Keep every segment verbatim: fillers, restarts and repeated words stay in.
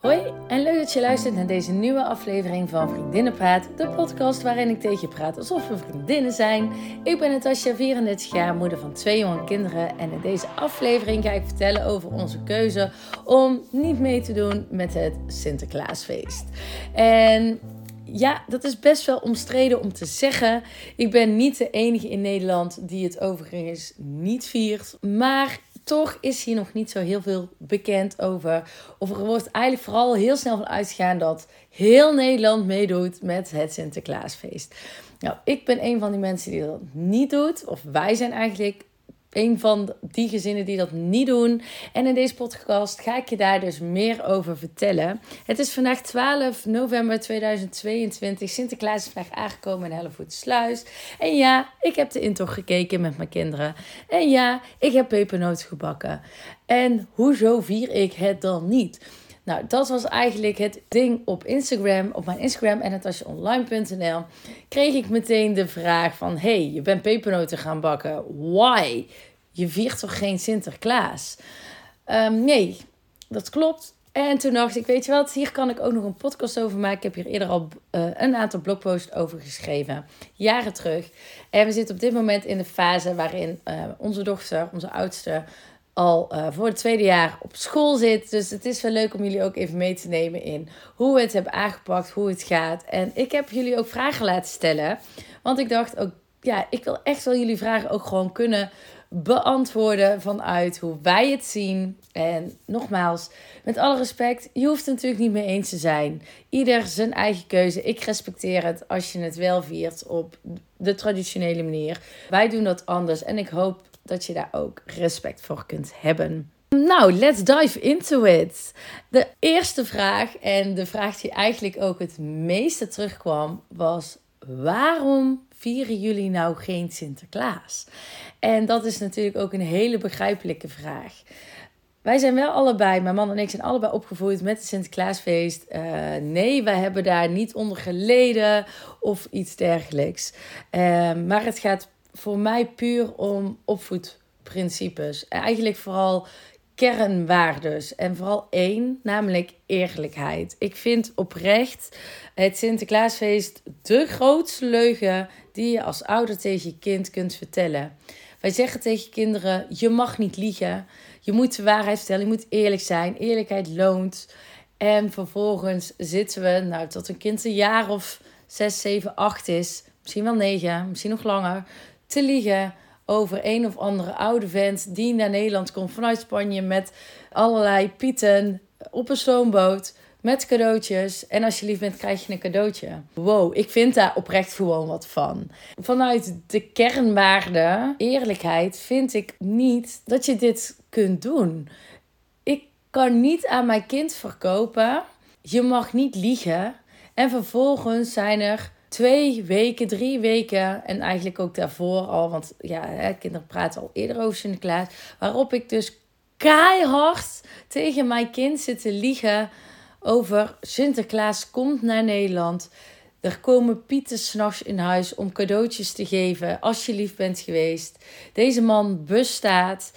Hoi en leuk dat je luistert naar deze nieuwe aflevering van Vriendinnenpraat, de podcast waarin ik tegen je praat alsof we vriendinnen zijn. Ik ben Natasja, vierendertig jaar, moeder van twee jonge kinderen en in deze aflevering ga ik vertellen over onze keuze om niet mee te doen met het Sinterklaasfeest. En ja, dat is best wel omstreden om te zeggen. Ik ben niet de enige in Nederland die het overigens niet viert, maar toch is hier nog niet zo heel veel bekend over. Of er wordt eigenlijk vooral heel snel van uitgegaan dat heel Nederland meedoet met het Sinterklaasfeest. Nou, ik ben een van die mensen die dat niet doet. Of wij zijn eigenlijk een van die gezinnen die dat niet doen. En in deze podcast ga ik je daar dus meer over vertellen. Het is vandaag twaalf november tweeduizend tweeëntwintig. Sinterklaas is vandaag aangekomen in Hellevoetsluis. En ja, ik heb de intocht gekeken met mijn kinderen. En ja, ik heb pepernoten gebakken. En hoezo vier ik het dan niet? Nou, dat was eigenlijk het ding op Instagram. Op mijn Instagram en natasjaonline punt n l kreeg ik meteen de vraag van: hey, je bent pepernoten gaan bakken. Why? Je viert toch geen Sinterklaas? Um, nee, dat klopt. En toen dacht ik, weet je wat, hier kan ik ook nog een podcast over maken. Ik heb hier eerder al uh, een aantal blogposts over geschreven, jaren terug. En we zitten op dit moment in de fase waarin uh, onze dochter, onze oudste, al uh, voor het tweede jaar op school zit. Dus het is wel leuk om jullie ook even mee te nemen in hoe we het hebben aangepakt, hoe het gaat. En ik heb jullie ook vragen laten stellen. Want ik dacht ook, ja, ik wil echt wel jullie vragen ook gewoon kunnen beantwoorden vanuit hoe wij het zien. En nogmaals, met alle respect, je hoeft het natuurlijk niet mee eens te zijn. Ieder zijn eigen keuze. Ik respecteer het als je het wel viert op de traditionele manier. Wij doen dat anders en ik hoop dat je daar ook respect voor kunt hebben. Nou, let's dive into it. De eerste vraag en de vraag die eigenlijk ook het meeste terugkwam was: waarom vieren jullie nou geen Sinterklaas? En dat is natuurlijk ook een hele begrijpelijke vraag. Wij zijn wel allebei, mijn man en ik zijn allebei opgevoed met het Sinterklaasfeest. Uh, nee, wij hebben daar niet onder geleden of iets dergelijks. Uh, maar het gaat voor mij puur om opvoedprincipes. Eigenlijk vooral kernwaardes. En vooral één, namelijk eerlijkheid. Ik vind oprecht het Sinterklaasfeest de grootste leugen die je als ouder tegen je kind kunt vertellen. Wij zeggen tegen kinderen: je mag niet liegen. Je moet de waarheid vertellen. Je moet eerlijk zijn. Eerlijkheid loont. En vervolgens zitten we, nou, tot een kind een jaar of zes, zeven, acht is, misschien wel negen, misschien nog langer, te liegen over een of andere oude vent die naar Nederland komt vanuit Spanje met allerlei pieten op een stoomboot met cadeautjes. En als je lief bent, krijg je een cadeautje. Wow, ik vind daar oprecht gewoon wat van. Vanuit de kernwaarde, eerlijkheid, vind ik niet dat je dit kunt doen. Ik kan niet aan mijn kind verkopen: je mag niet liegen. En vervolgens zijn er twee weken, drie weken en eigenlijk ook daarvoor al, want ja, hè, kinderen praten al eerder over Sinterklaas, waarop ik dus keihard tegen mijn kind zit te liegen over: Sinterklaas komt naar Nederland. Er komen pieten 's nachts in huis om cadeautjes te geven als je lief bent geweest. Deze man bestaat.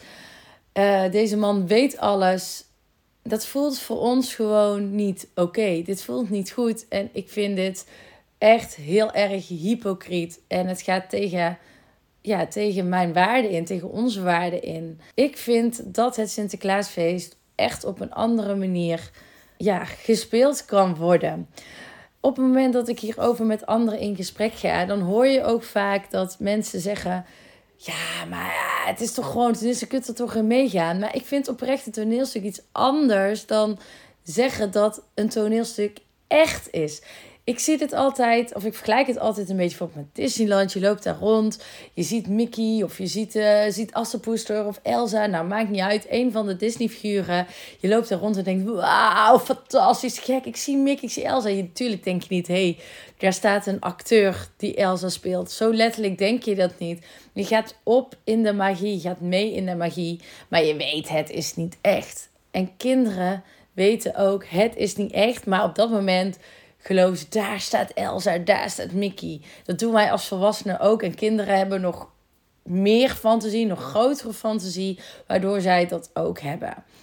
Uh, deze man weet alles. Dat voelt voor ons gewoon niet oké. Okay. Dit voelt niet goed en ik vind dit echt heel erg hypocriet. En het gaat tegen, ja, tegen mijn waarden in, tegen onze waarden in. Ik vind dat het Sinterklaasfeest echt op een andere manier, ja, gespeeld kan worden. Op het moment dat ik hierover met anderen in gesprek ga, dan hoor je ook vaak dat mensen zeggen: ja, maar ja, het is toch gewoon, dus je kunt er toch in meegaan. Maar ik vind oprecht een toneelstuk iets anders dan zeggen dat een toneelstuk echt is. Ik zie dit altijd, of ik vergelijk het altijd een beetje met Disneyland. Je loopt daar rond, je ziet Mickey of je ziet, uh, ziet Assepoester of Elsa. Nou, maakt niet uit, een van de Disney-figuren. Je loopt daar rond en denkt: wauw, fantastisch, gek. Ik zie Mickey, ik zie Elsa. Je, natuurlijk denk je niet: hé, hey, daar staat een acteur die Elsa speelt. Zo letterlijk denk je dat niet. Je gaat op in de magie, je gaat mee in de magie. Maar je weet, het is niet echt. En kinderen weten ook, het is niet echt. Maar op dat moment geloof ze: daar staat Elsa, daar staat Mickey. Dat doen wij als volwassenen ook. En kinderen hebben nog meer fantasie, nog grotere fantasie, waardoor zij dat ook hebben.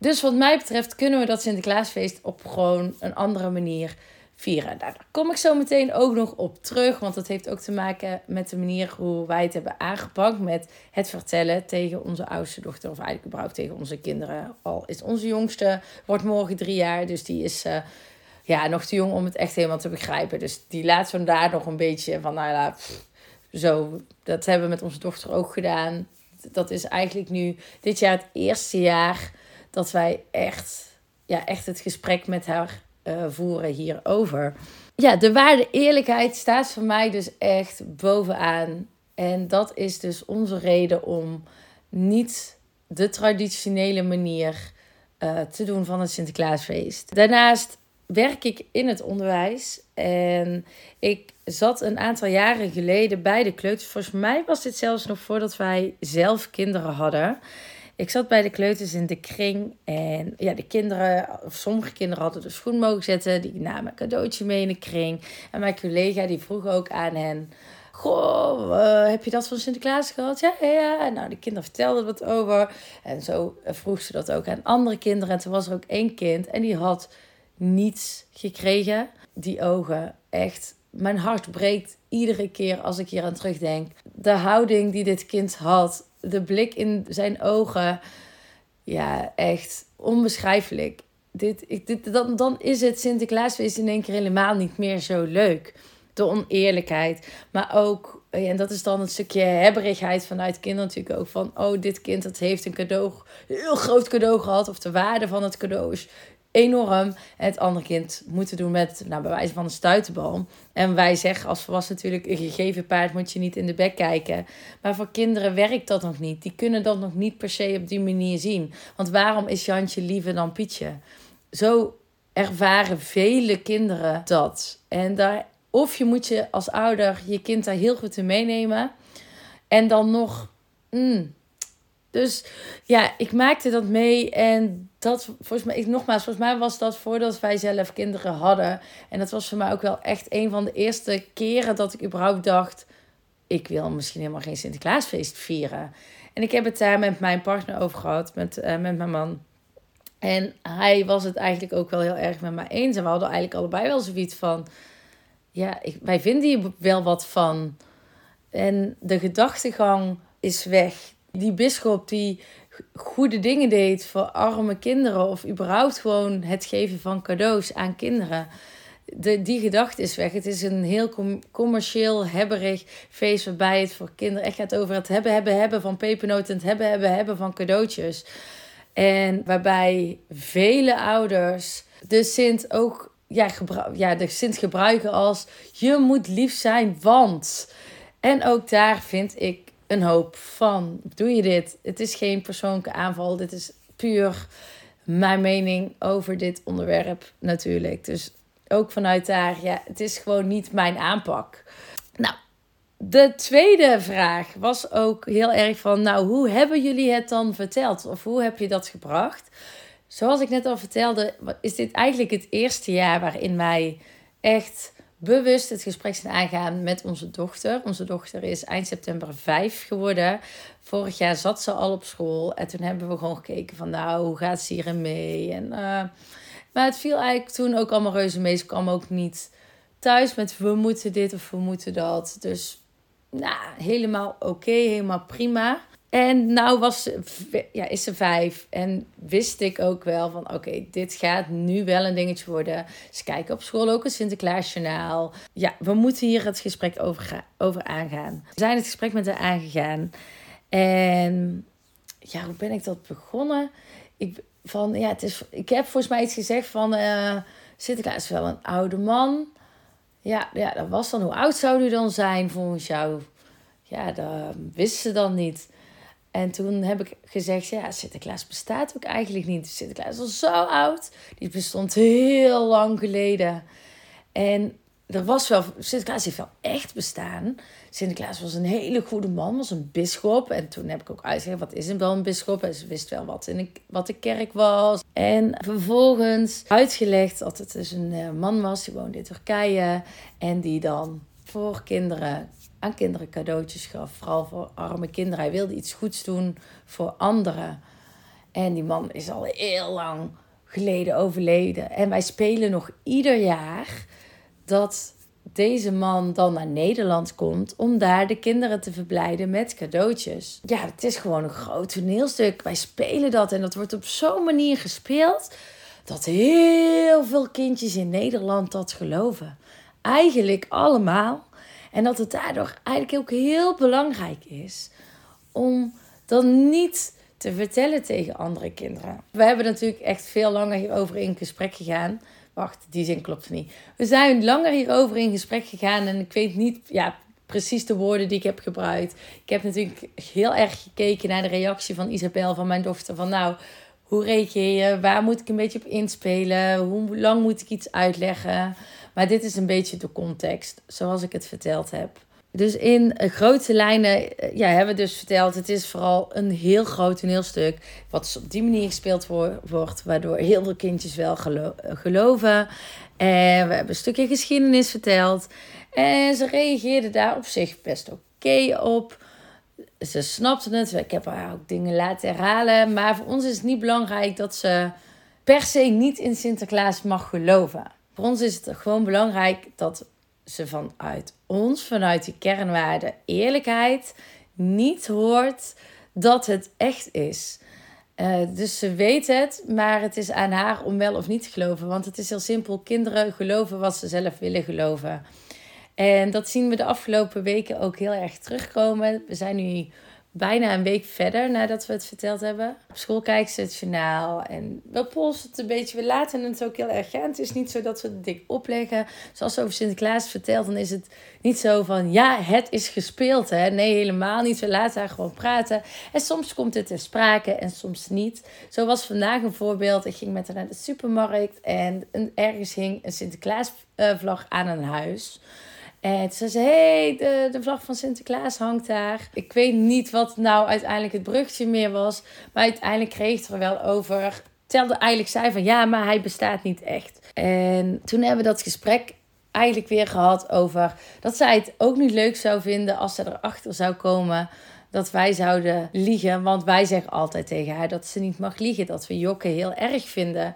Dus wat mij betreft kunnen we dat Sinterklaasfeest op gewoon een andere manier vieren. Nou, daar kom ik zo meteen ook nog op terug. Want dat heeft ook te maken met de manier hoe wij het hebben aangepakt. Met het vertellen tegen onze oudste dochter. Of eigenlijk überhaupt tegen onze kinderen. Al is onze jongste, wordt morgen drie jaar. Dus die is uh, ja, nog te jong om het echt helemaal te begrijpen. Dus die laat zo daar nog een beetje van, nou ja, pff, zo. Dat hebben we met onze dochter ook gedaan. Dat is eigenlijk nu dit jaar het eerste jaar dat wij echt, ja, echt het gesprek met haar uh, voeren hierover. Ja, de waarde eerlijkheid staat voor mij dus echt bovenaan. En dat is dus onze reden om niet de traditionele manier uh, te doen van het Sinterklaasfeest. Daarnaast werk ik in het onderwijs. En ik zat een aantal jaren geleden bij de kleuters. Volgens mij was dit zelfs nog voordat wij zelf kinderen hadden. Ik zat bij de kleuters in de kring. En ja, de kinderen, of sommige kinderen hadden de schoen mogen zetten. Die namen een cadeautje mee in de kring. En mijn collega die vroeg ook aan hen: goh, uh, heb je dat van Sinterklaas gehad? Ja, ja, ja. En nou, de kinderen vertelden wat over. En zo vroeg ze dat ook aan andere kinderen. En toen was er ook één kind en die had niets gekregen. Die ogen, echt, mijn hart breekt iedere keer als ik hier aan terugdenk. De houding die dit kind had, de blik in zijn ogen, ja, echt onbeschrijfelijk. Dit, ik, dit, dan, dan is het Sinterklaasfeest in één keer helemaal niet meer zo leuk. De oneerlijkheid, maar ook, en dat is dan een stukje hebberigheid vanuit kinderen natuurlijk ook, van oh, dit kind dat heeft een cadeau, een heel groot cadeau gehad, of de waarde van het cadeau is enorm. En het andere kind moeten doen met, nou, bij wijze van een stuiterbal. En wij zeggen als volwassenen natuurlijk, een gegeven paard moet je niet in de bek kijken. Maar voor kinderen werkt dat nog niet. Die kunnen dat nog niet per se op die manier zien. Want waarom is Jantje liever dan Pietje? Zo ervaren vele kinderen dat. En daar, of je moet je als ouder je kind daar heel goed in meenemen. En dan nog... Mm, Dus ja, ik maakte dat mee en dat, volgens mij, ik, nogmaals, volgens mij was dat voordat wij zelf kinderen hadden. En dat was voor mij ook wel echt een van de eerste keren dat ik überhaupt dacht, ik wil misschien helemaal geen Sinterklaasfeest vieren. En ik heb het daar met mijn partner over gehad, met, uh, met mijn man. En hij was het eigenlijk ook wel heel erg met mij eens. En we hadden eigenlijk allebei wel zoiets van, ja, ik, wij vinden hier wel wat van. En de gedachtegang is weg. Die bisschop die goede dingen deed voor arme kinderen, of überhaupt gewoon het geven van cadeaus aan kinderen. De, die gedachte is weg. Het is een heel com- commercieel, hebberig feest waarbij het voor kinderen echt gaat over het hebben, hebben, hebben van pepernoten. Het hebben, hebben, hebben van cadeautjes. En waarbij vele ouders de Sint ook, ja, gebru- ja, de Sint gebruiken als je moet lief zijn, want. En ook daar vind ik een hoop van. Doe je dit? Het is geen persoonlijke aanval. Dit is puur mijn mening over dit onderwerp natuurlijk. Dus ook vanuit daar, ja, het is gewoon niet mijn aanpak. Nou, de tweede vraag was ook heel erg van, nou, hoe hebben jullie het dan verteld? Of hoe heb je dat gebracht? Zoals ik net al vertelde, is dit eigenlijk het eerste jaar waarin wij echt bewust het gesprek zijn aangaan met onze dochter. Onze dochter is eind september vijf geworden. Vorig jaar zat ze al op school. En toen hebben we gewoon gekeken van, nou, hoe gaat ze hierin mee? En, uh, maar het viel eigenlijk toen ook allemaal reuze mee. Ze kwam ook niet thuis met, we moeten dit of we moeten dat. Dus, nou, helemaal oké, okay, helemaal prima. En nou was ze, ja, is ze vijf en wist ik ook wel van oké, okay, dit gaat nu wel een dingetje worden. Ze kijken op school ook een Sinterklaasjournaal. Ja, we moeten hier het gesprek over, ga, over aangaan. We zijn het gesprek met haar aangegaan. En ja, hoe ben ik dat begonnen? Ik, van, ja, het is, ik heb volgens mij iets gezegd van uh, Sinterklaas is wel een oude man. Ja, ja, dat was dan. Hoe oud zou u dan zijn volgens jou? Ja, dat wist ze dan niet. En toen heb ik gezegd, ja, Sinterklaas bestaat ook eigenlijk niet. Sinterklaas is al zo oud. Die bestond heel lang geleden. En er was wel, Sinterklaas heeft wel echt bestaan. Sinterklaas was een hele goede man, was een bisschop. En toen heb ik ook uitgelegd, wat is wel een bisschop? En ze wist wel wat, in de, wat de kerk was. En vervolgens uitgelegd dat het dus een man was, die woonde in Turkije. En die dan voor kinderen, aan kinderen cadeautjes gaf. Vooral voor arme kinderen. Hij wilde iets goeds doen voor anderen. En die man is al heel lang geleden overleden. En wij spelen nog ieder jaar dat deze man dan naar Nederland komt om daar de kinderen te verblijden met cadeautjes. Ja, het is gewoon een groot toneelstuk. Wij spelen dat en dat wordt op zo'n manier gespeeld dat heel veel kindjes in Nederland dat geloven. Eigenlijk allemaal. En dat het daardoor eigenlijk ook heel belangrijk is om dan niet te vertellen tegen andere kinderen. We hebben natuurlijk echt veel langer hierover in gesprek gegaan. Wacht, die zin klopt niet. We zijn langer hierover in gesprek gegaan en ik weet niet ja, precies de woorden die ik heb gebruikt. Ik heb natuurlijk heel erg gekeken naar de reactie van Isabel, van mijn dochter. Van nou, hoe reageer je? Waar moet ik een beetje op inspelen? Hoe lang moet ik iets uitleggen? Maar dit is een beetje de context, zoals ik het verteld heb. Dus in grote lijnen ja, hebben we dus verteld, het is vooral een heel groot toneelstuk. Wat dus op die manier gespeeld wordt, waardoor heel veel kindjes wel gelo- geloven. En we hebben een stukje geschiedenis verteld. En ze reageerden daar op zich best oké okay op. Ze snapten het. Ik heb haar ook dingen laten herhalen. Maar voor ons is het niet belangrijk dat ze per se niet in Sinterklaas mag geloven. Voor ons is het gewoon belangrijk dat ze vanuit ons, vanuit die kernwaarde eerlijkheid, niet hoort dat het echt is. Uh, dus ze weet het, maar het is aan haar om wel of niet te geloven. Want het is heel simpel, kinderen geloven wat ze zelf willen geloven. En dat zien we de afgelopen weken ook heel erg terugkomen. We zijn nu bijna een week verder nadat we het verteld hebben. Op school kijken ze het journaal en we polsen het een beetje. We laten het ook heel erg gaan. Het is niet zo dat we het dik opleggen. Zoals ze over Sinterklaas vertelt, dan is het niet zo van ja, het is gespeeld. Hè? Nee, helemaal niet. We laten haar gewoon praten. En soms komt het ter sprake en soms niet. Zo was vandaag een voorbeeld. Ik ging met haar naar de supermarkt en ergens hing een Sinterklaasvlag aan een huis. En toen zei ze, hé, de, de vlag van Sinterklaas hangt daar. Ik weet niet wat nou uiteindelijk het bruggetje meer was. Maar uiteindelijk kreeg het er wel over. Telde eigenlijk zei van, ja, maar hij bestaat niet echt. En toen hebben we dat gesprek eigenlijk weer gehad over dat zij het ook niet leuk zou vinden als ze erachter zou komen dat wij zouden liegen. Want wij zeggen altijd tegen haar dat ze niet mag liegen. Dat we jokken heel erg vinden.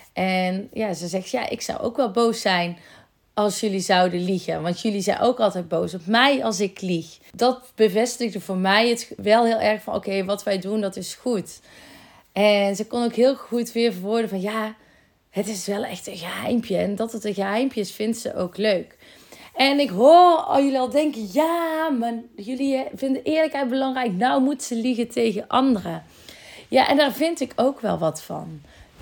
En ja, ze zegt, ja, ik zou ook wel boos zijn als jullie zouden liegen. Want jullie zijn ook altijd boos op mij als ik lieg. Dat bevestigde voor mij het wel heel erg van oké, okay, wat wij doen, dat is goed. En ze kon ook heel goed weer verwoorden van ja, het is wel echt een geheimpje. En dat het een geheimpje is, vindt ze ook leuk. En ik hoor al jullie al denken, ja, maar jullie vinden eerlijkheid belangrijk. Nou moet ze liegen tegen anderen. Ja, en daar vind ik ook wel wat van.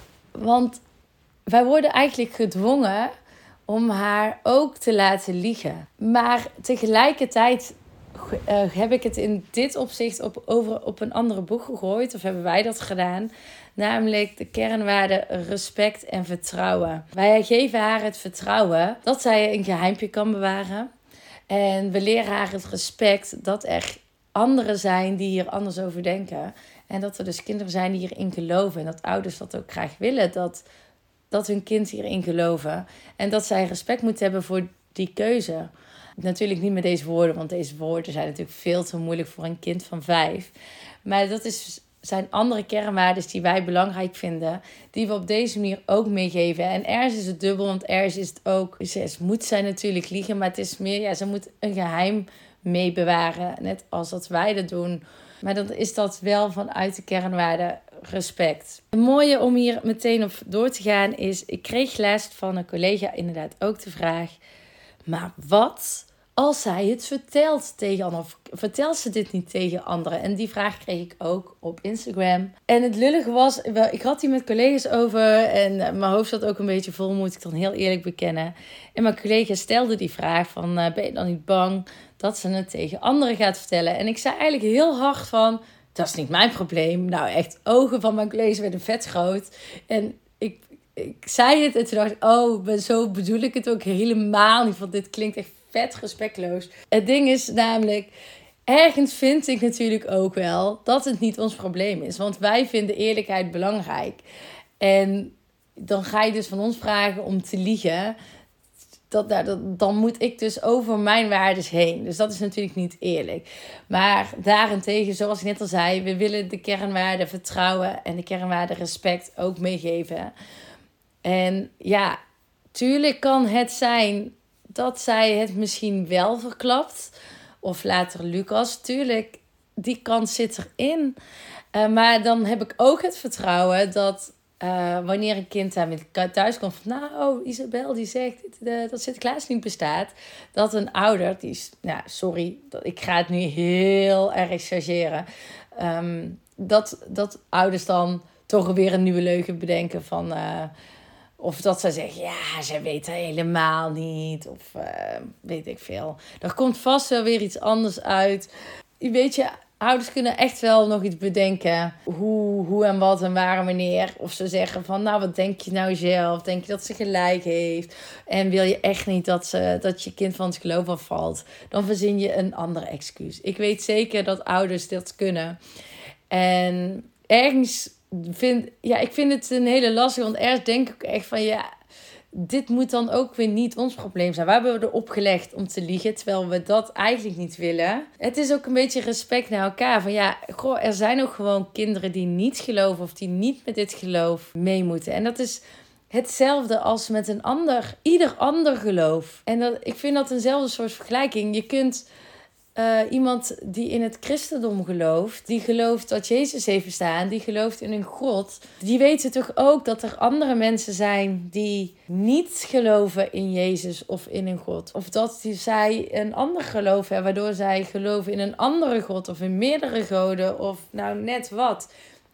Want wij worden eigenlijk gedwongen om haar ook te laten liegen. Maar tegelijkertijd uh, heb ik het in dit opzicht op, over, op een andere boeg gegooid. Of hebben wij dat gedaan. Namelijk de kernwaarden respect en vertrouwen. Wij geven haar het vertrouwen dat zij een geheimpje kan bewaren. En we leren haar het respect dat er anderen zijn die hier anders over denken. En dat er dus kinderen zijn die hierin geloven. En dat ouders dat ook graag willen. Dat Dat hun kind hierin geloven. En dat zij respect moet hebben voor die keuze. Natuurlijk niet met deze woorden. Want deze woorden zijn natuurlijk veel te moeilijk voor een kind van vijf. Maar dat is, zijn andere kernwaarden die wij belangrijk vinden. Die we op deze manier ook meegeven. En ergens is het dubbel. Want ergens is het ook. Ze moet zij natuurlijk liegen. Maar het is meer. Ja, ze moet een geheim mee bewaren. Net als dat wij dat doen. Maar dan is dat wel vanuit de kernwaarde respect. Het mooie om hier meteen op door te gaan is, ik kreeg laatst van een collega inderdaad ook de vraag, maar wat als zij het vertelt tegen anderen? Of vertelt ze dit niet tegen anderen? En die vraag kreeg ik ook op Instagram. En het lullige was, ik had die met collega's over en mijn hoofd zat ook een beetje vol, moet ik dan heel eerlijk bekennen. En mijn collega stelde die vraag van, ben je dan niet bang dat ze het tegen anderen gaat vertellen? En ik zei eigenlijk heel hard van, dat is niet mijn probleem. Nou echt, ogen van mijn collega's werden vet groot. En ik, ik zei het en toen dacht ik, oh, zo bedoel ik het ook helemaal niet. Want dit klinkt echt vet respectloos. Het ding is namelijk, ergens vind ik natuurlijk ook wel dat het niet ons probleem is. Want wij vinden eerlijkheid belangrijk. En dan ga je dus van ons vragen om te liegen. dat, dat, dat, dan moet ik dus over mijn waardes heen. Dus dat is natuurlijk niet eerlijk. Maar daarentegen, zoals ik net al zei, we willen de kernwaarden vertrouwen en de kernwaarden respect ook meegeven. En ja, tuurlijk kan het zijn dat zij het misschien wel verklapt. Of later Lucas, tuurlijk, die kans zit erin. Uh, maar dan heb ik ook het vertrouwen dat uh, wanneer een kind daarmee thuis komt van, nou, Isabel die zegt uh, dat Sinterklaas niet bestaat. Dat een ouder, die is, nou, sorry, ik ga het nu heel erg chargeren. Um, dat, dat ouders dan toch weer een nieuwe leugen bedenken van... Uh, Of dat zij zeggen, ja, zij weet het helemaal niet. Of uh, weet ik veel. Er komt vast wel weer iets anders uit. Weet je, ouders kunnen echt wel nog iets bedenken. Hoe, hoe en wat en waar en wanneer. Of ze zeggen van, nou, wat denk je nou zelf? Denk je dat ze gelijk heeft? En wil je echt niet dat, ze, dat je kind van het geloof afvalt? Dan verzin je een ander excuus. Ik weet zeker dat ouders dat kunnen. En ergens... Vind, ja, ik vind het een hele lastige, want ergens denk ik echt van ja, dit moet dan ook weer niet ons probleem zijn. Waar hebben we erop gelegd om te liegen, terwijl we dat eigenlijk niet willen? Het is ook een beetje respect naar elkaar. Van ja, goh, er zijn ook gewoon kinderen die niet geloven of die niet met dit geloof mee moeten. En dat is hetzelfde als met een ander, ieder ander geloof. En dat, ik vind dat eenzelfde soort vergelijking. Je kunt... Uh, iemand die in het christendom gelooft, die gelooft dat Jezus heeft bestaan, die gelooft in een God, die weten toch ook dat er andere mensen zijn die niet geloven in Jezus of in een God. Of dat die, zij een ander geloof hebben, waardoor zij geloven in een andere God of in meerdere goden of nou net wat.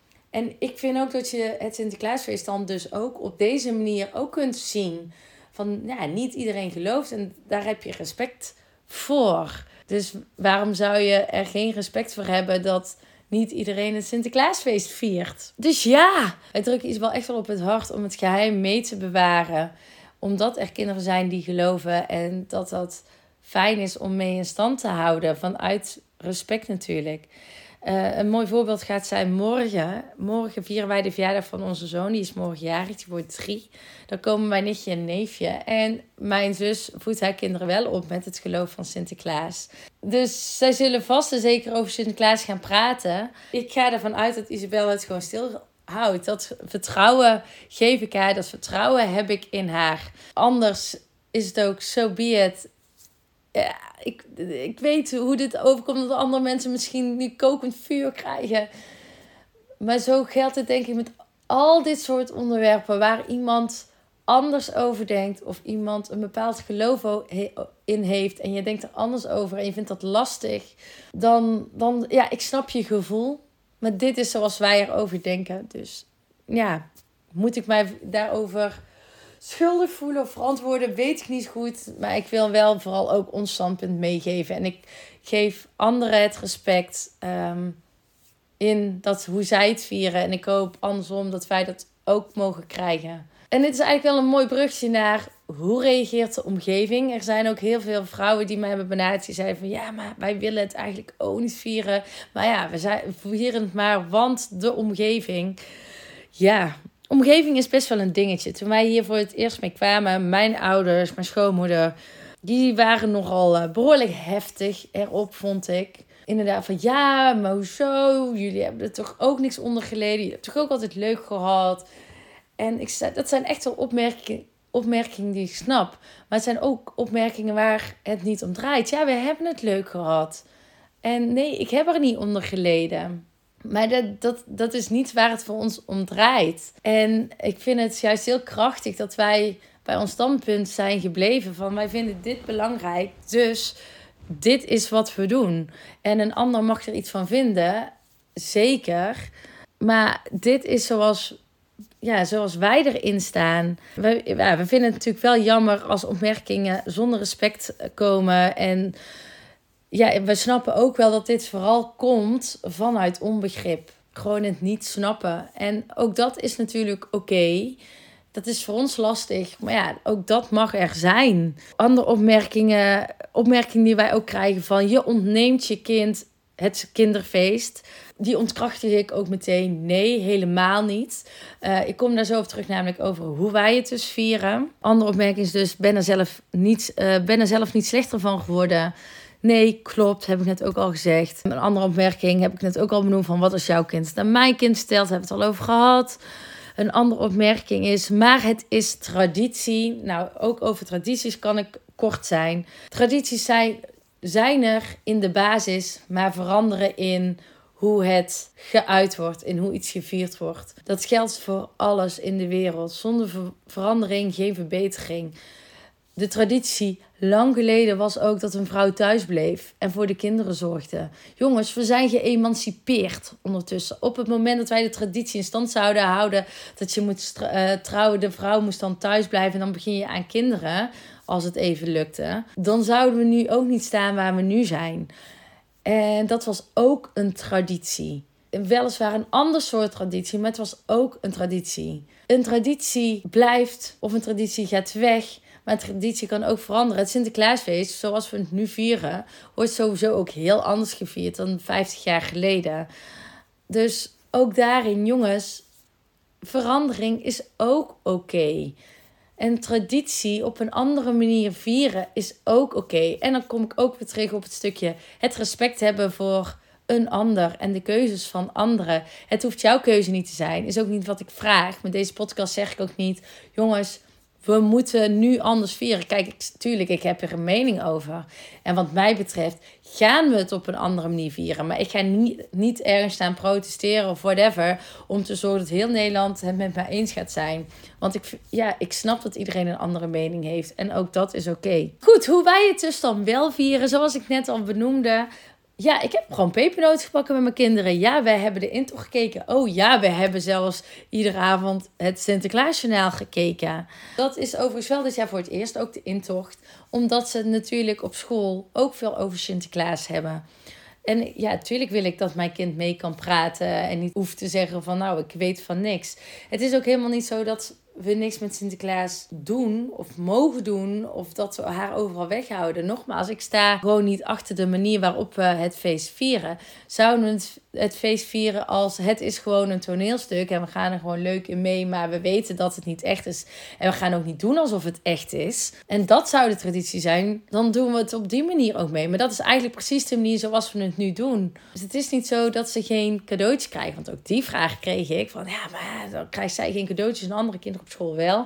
En ik vind ook dat je het Sinterklaasfeest dan dus ook op deze manier ook kunt zien. Van ja, niet iedereen gelooft en daar heb je respect voor. Dus waarom zou je er geen respect voor hebben dat niet iedereen het Sinterklaasfeest viert? Dus ja, wij drukken iets wel echt wel op het hart om het geheim mee te bewaren. Omdat er kinderen zijn die geloven en dat dat fijn is om mee in stand te houden. Vanuit respect natuurlijk. Uh, een mooi voorbeeld gaat zijn morgen. Morgen vieren wij de verjaardag van onze zoon. Die is morgen jarig, die wordt drie. Dan komen mijn nichtje en neefje. En mijn zus voedt haar kinderen wel op met het geloof van Sinterklaas. Dus zij zullen vast en zeker over Sinterklaas gaan praten. Ik ga ervan uit dat Isabel het gewoon stilhoudt. Dat vertrouwen geef ik haar. Dat vertrouwen heb ik in haar. Anders is het ook so be it. Ja, ik, ik weet hoe dit overkomt dat andere mensen misschien niet kokend vuur krijgen. Maar zo geldt het denk ik met al dit soort onderwerpen waar iemand anders over denkt of iemand een bepaald geloof in heeft en je denkt er anders over en je vindt dat lastig. Dan, dan ja, ik snap je gevoel. Maar dit is zoals wij erover denken. Dus ja, moet ik mij daarover schuldig voelen of verantwoorden, weet ik niet goed. Maar ik wil wel vooral ook ons standpunt meegeven. En ik geef anderen het respect um, in dat, hoe zij het vieren. En ik hoop andersom dat wij dat ook mogen krijgen. En dit is eigenlijk wel een mooi brugje naar hoe reageert de omgeving. Er zijn ook heel veel vrouwen die mij hebben benaderd. Die zeiden van ja, maar wij willen het eigenlijk ook niet vieren. Maar ja, we, zijn, we vieren het maar, want de omgeving. Ja, omgeving is best wel een dingetje. Toen wij hier voor het eerst mee kwamen, mijn ouders, mijn schoonmoeder, die waren nogal behoorlijk heftig erop, vond ik. Inderdaad van ja, maar hoezo? Jullie hebben er toch ook niks onder geleden. Jullie hebben toch ook altijd leuk gehad. En ik zei, dat zijn echt wel opmerkingen, opmerkingen die ik snap. Maar het zijn ook opmerkingen waar het niet om draait. Ja, we hebben het leuk gehad. En nee, ik heb er niet onder geleden. Maar dat, dat, dat is niet waar het voor ons om draait. En ik vind het juist heel krachtig dat wij bij ons standpunt zijn gebleven. Van wij vinden dit belangrijk, dus dit is wat we doen. En een ander mag er iets van vinden, zeker. Maar dit is zoals, ja, zoals wij erin staan. We, ja, we vinden het natuurlijk wel jammer als opmerkingen zonder respect komen. En ja, we snappen ook wel dat dit vooral komt vanuit onbegrip. Gewoon het niet snappen. En ook dat is natuurlijk oké. Okay. Dat is voor ons lastig. Maar ja, ook dat mag er zijn. Andere opmerkingen, opmerkingen die wij ook krijgen van je ontneemt je kind het kinderfeest. Die ontkrachtig ik ook meteen. Nee, helemaal niet. Uh, ik kom daar zo op terug, namelijk over hoe wij het dus vieren. Andere opmerking is dus, ben er zelf niet, uh, ben er zelf niet slechter van geworden. Nee, klopt, heb ik net ook al gezegd. Een andere opmerking heb ik net ook al benoemd van wat als jouw kind naar mijn kind stelt, hebben we het al over gehad. Een andere opmerking is, maar het is traditie. Nou, ook over tradities kan ik kort zijn. Tradities zijn, zijn er in de basis, maar veranderen in hoe het geuit wordt, in hoe iets gevierd wordt. Dat geldt voor alles in de wereld. Zonder ver- verandering geen verbetering. De traditie lang geleden was ook dat een vrouw thuis bleef en voor de kinderen zorgde. Jongens, we zijn geëmancipeerd ondertussen. Op het moment dat wij de traditie in stand zouden houden dat je moet uh, trouwen, de vrouw moest dan thuis blijven en dan begin je aan kinderen, als het even lukte, dan zouden we nu ook niet staan waar we nu zijn. En dat was ook een traditie. Weliswaar een ander soort traditie, maar het was ook een traditie. Een traditie blijft of een traditie gaat weg. Maar een traditie kan ook veranderen. Het Sinterklaasfeest, zoals we het nu vieren, wordt sowieso ook heel anders gevierd dan vijftig jaar geleden. Dus ook daarin, jongens, verandering is ook oké. Okay. En traditie op een andere manier vieren is ook oké. Okay. En dan kom ik ook weer terug op het stukje het respect hebben voor een ander en de keuzes van anderen. Het hoeft jouw keuze niet te zijn. Is ook niet wat ik vraag. Met deze podcast zeg ik ook niet, jongens, we moeten nu anders vieren. Kijk, ik, tuurlijk, ik heb er een mening over. En wat mij betreft gaan we het op een andere manier vieren. Maar ik ga niet, niet ergens staan protesteren of whatever, om te zorgen dat heel Nederland het met mij eens gaat zijn. Want ik, ja, ik snap dat iedereen een andere mening heeft. En ook dat is oké. Okay. Goed, hoe wij het dus dan wel vieren, zoals ik net al benoemde. Ja, ik heb gewoon pepernoten gebakken met mijn kinderen. Ja, wij hebben de intocht gekeken. Oh ja, we hebben zelfs iedere avond het Sinterklaasjournaal gekeken. Dat is overigens wel dit jaar voor het eerst, ook de intocht. Omdat ze natuurlijk op school ook veel over Sinterklaas hebben. En ja, natuurlijk wil ik dat mijn kind mee kan praten en niet hoeft te zeggen van nou, ik weet van niks. Het is ook helemaal niet zo dat we niks met Sinterklaas doen of mogen doen of dat we haar overal weghouden. Nogmaals, ik sta gewoon niet achter de manier waarop we het feest vieren. Zouden we het, het feest vieren als het is gewoon een toneelstuk en we gaan er gewoon leuk in mee, maar we weten dat het niet echt is en we gaan ook niet doen alsof het echt is. En dat zou de traditie zijn, dan doen we het op die manier ook mee. Maar dat is eigenlijk precies de manier zoals we het nu doen. Dus het is niet zo dat ze geen cadeautjes krijgen, want ook die vraag kreeg ik van ja, maar dan krijgt zij geen cadeautjes en andere kinderen op school wel.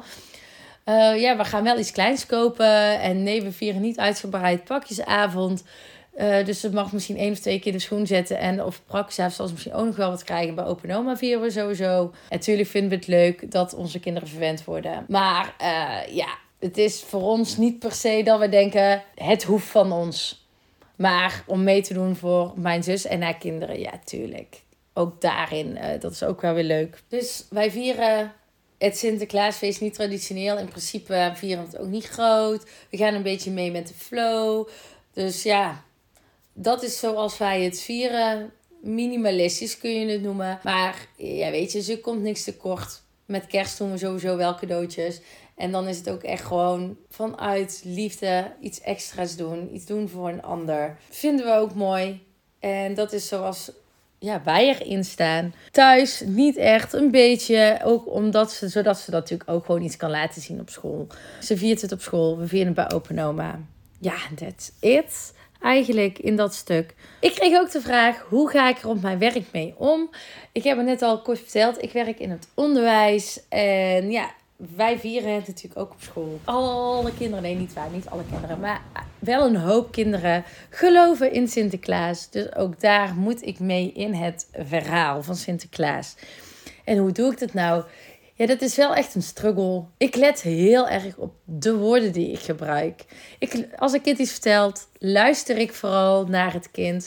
Uh, ja, we gaan wel iets kleins kopen. En nee, we vieren niet uitgebreid pakjesavond. Uh, dus ze mag misschien één of twee keer de schoen zetten. En of praktisavond zal ze misschien ook nog wel wat krijgen. Bij open oma vieren we sowieso. En natuurlijk vinden we het leuk dat onze kinderen verwend worden. Maar uh, ja, het is voor ons niet per se dat we denken, het hoeft van ons. Maar om mee te doen voor mijn zus en haar kinderen, ja, tuurlijk. Ook daarin, uh, dat is ook wel weer leuk. Dus wij vieren het Sinterklaasfeest niet traditioneel. In principe vieren we het ook niet groot. We gaan een beetje mee met de flow. Dus ja, dat is zoals wij het vieren. Minimalistisch kun je het noemen. Maar ja, weet je, er komt niks tekort. Met kerst doen we sowieso wel cadeautjes. En dan is het ook echt gewoon vanuit liefde iets extra's doen. Iets doen voor een ander. Vinden we ook mooi. En dat is zoals ja, wij erin staan. Thuis niet echt, een beetje. Ook omdat ze, zodat ze dat natuurlijk ook gewoon iets kan laten zien op school. Ze viert het op school. We vieren het bij open oma. Ja, that's it. Eigenlijk in dat stuk. Ik kreeg ook de vraag, hoe ga ik er op mijn werk mee om? Ik heb het net al kort verteld. Ik werk in het onderwijs. En ja, wij vieren het natuurlijk ook op school. Alle kinderen, nee niet waar, niet alle kinderen. Maar wel een hoop kinderen geloven in Sinterklaas. Dus ook daar moet ik mee in het verhaal van Sinterklaas. En hoe doe ik dat nou? Ja, dat is wel echt een struggle. Ik let heel erg op de woorden die ik gebruik. Ik, als een kind iets vertelt, luister ik vooral naar het kind.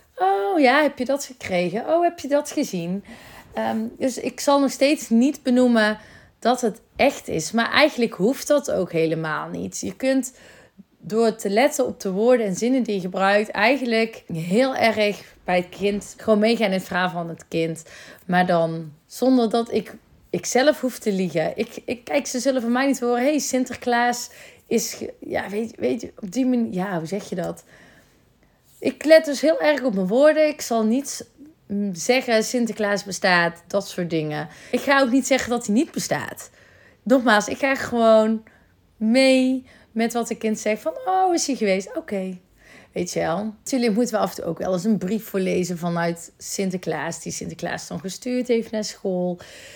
Oh ja, heb je dat gekregen? Oh, heb je dat gezien? Um, dus ik zal nog steeds niet benoemen dat het echt is. Maar eigenlijk hoeft dat ook helemaal niet. Je kunt door te letten op de woorden en zinnen die je gebruikt, eigenlijk heel erg bij het kind gewoon meegaan in het verhaal van het kind. Maar dan zonder dat ik, ik zelf hoef te liegen. Ik, ik, kijk, ze zullen van mij niet horen, hey, Sinterklaas is, ja, weet, weet je, op die manier, ja, hoe zeg je dat? Ik let dus heel erg op mijn woorden. Ik zal niet zeggen Sinterklaas bestaat, dat soort dingen. Ik ga ook niet zeggen dat hij niet bestaat. Nogmaals, ik ga gewoon mee met wat de kind zegt van, oh, is hij geweest? Oké, okay. Weet je wel. Natuurlijk moeten we af en toe ook wel eens een brief voorlezen vanuit Sinterklaas, die Sinterklaas dan gestuurd heeft naar school.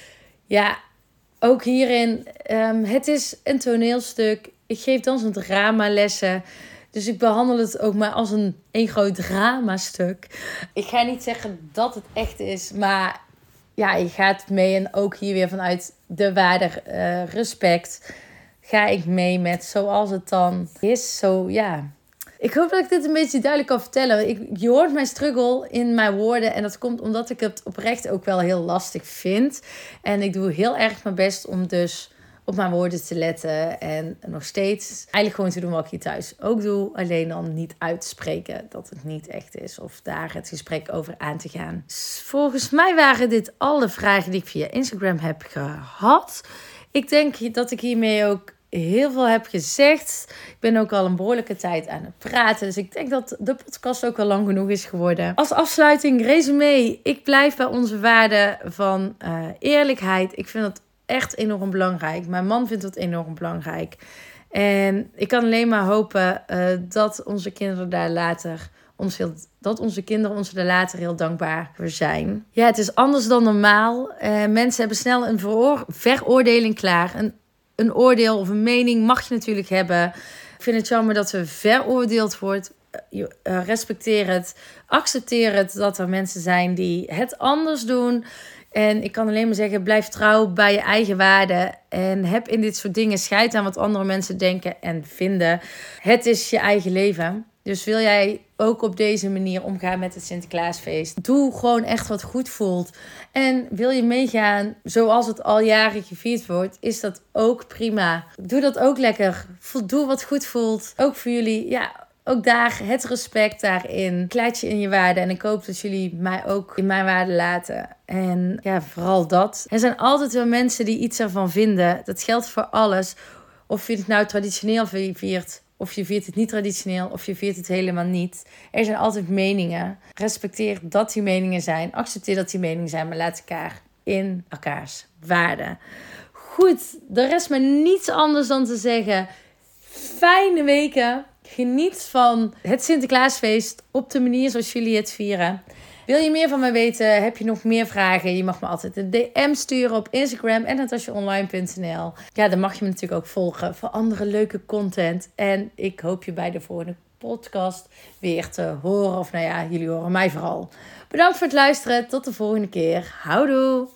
Ja, ook hierin, um, het is een toneelstuk. Ik geef dans- en dramalessen. Dus ik behandel het ook maar als een, een groot dramastuk. Ik ga niet zeggen dat het echt is, maar ja, je gaat mee. En ook hier weer vanuit de waarde uh, respect ga ik mee met zoals het dan is. Zo, ja. Ik hoop dat ik dit een beetje duidelijk kan vertellen. Ik, je hoort mijn struggle in mijn woorden. En dat komt omdat ik het oprecht ook wel heel lastig vind. En ik doe heel erg mijn best om dus op mijn woorden te letten. En nog steeds eigenlijk gewoon te doen wat ik hier thuis ook doe. Alleen dan niet uit te spreken dat het niet echt is. Of daar het gesprek over aan te gaan. Volgens mij waren dit alle vragen die ik via Instagram heb gehad. Ik denk dat ik hiermee ook heel veel heb gezegd. Ik ben ook al een behoorlijke tijd aan het praten. Dus ik denk dat de podcast ook wel lang genoeg is geworden. Als afsluiting, resume. Ik blijf bij onze waarden van uh, eerlijkheid. Ik vind dat echt enorm belangrijk. Mijn man vindt dat enorm belangrijk. En ik kan alleen maar hopen uh, dat onze kinderen daar later ons heel, dat onze kinderen ons er later heel dankbaar voor zijn. Ja, het is anders dan normaal. Uh, mensen hebben snel een veroor- veroordeling klaar. Een Een oordeel of een mening mag je natuurlijk hebben. Ik vind het jammer dat er veroordeeld wordt. Uh, respecteer het. Accepteer het dat er mensen zijn die het anders doen. En ik kan alleen maar zeggen, blijf trouw bij je eigen waarden. En heb in dit soort dingen scheid aan wat andere mensen denken en vinden. Het is je eigen leven. Dus wil jij ook op deze manier omgaan met het Sinterklaasfeest? Doe gewoon echt wat goed voelt. En wil je meegaan zoals het al jaren gevierd wordt, is dat ook prima. Doe dat ook lekker. Doe wat goed voelt. Ook voor jullie, ja, ook daar het respect daarin. Kleid je in je waarden. En ik hoop dat jullie mij ook in mijn waarden laten. En ja, vooral dat. Er zijn altijd wel mensen die iets ervan vinden. Dat geldt voor alles. Of je het nou traditioneel viert, of je viert het niet traditioneel, of je viert het helemaal niet. Er zijn altijd meningen. Respecteer dat die meningen zijn. Accepteer dat die meningen zijn, maar laat elkaar in elkaars waarden. Goed, er rest me niets anders dan te zeggen. Fijne weken. Geniet van het Sinterklaasfeest op de manier zoals jullie het vieren. Wil je meer van mij weten? Heb je nog meer vragen? Je mag me altijd een D M sturen op Instagram en natasja online punt n l. Ja, dan mag je me natuurlijk ook volgen voor andere leuke content. En ik hoop je bij de volgende podcast weer te horen. Of nou ja, jullie horen mij vooral. Bedankt voor het luisteren. Tot de volgende keer. Houdoe!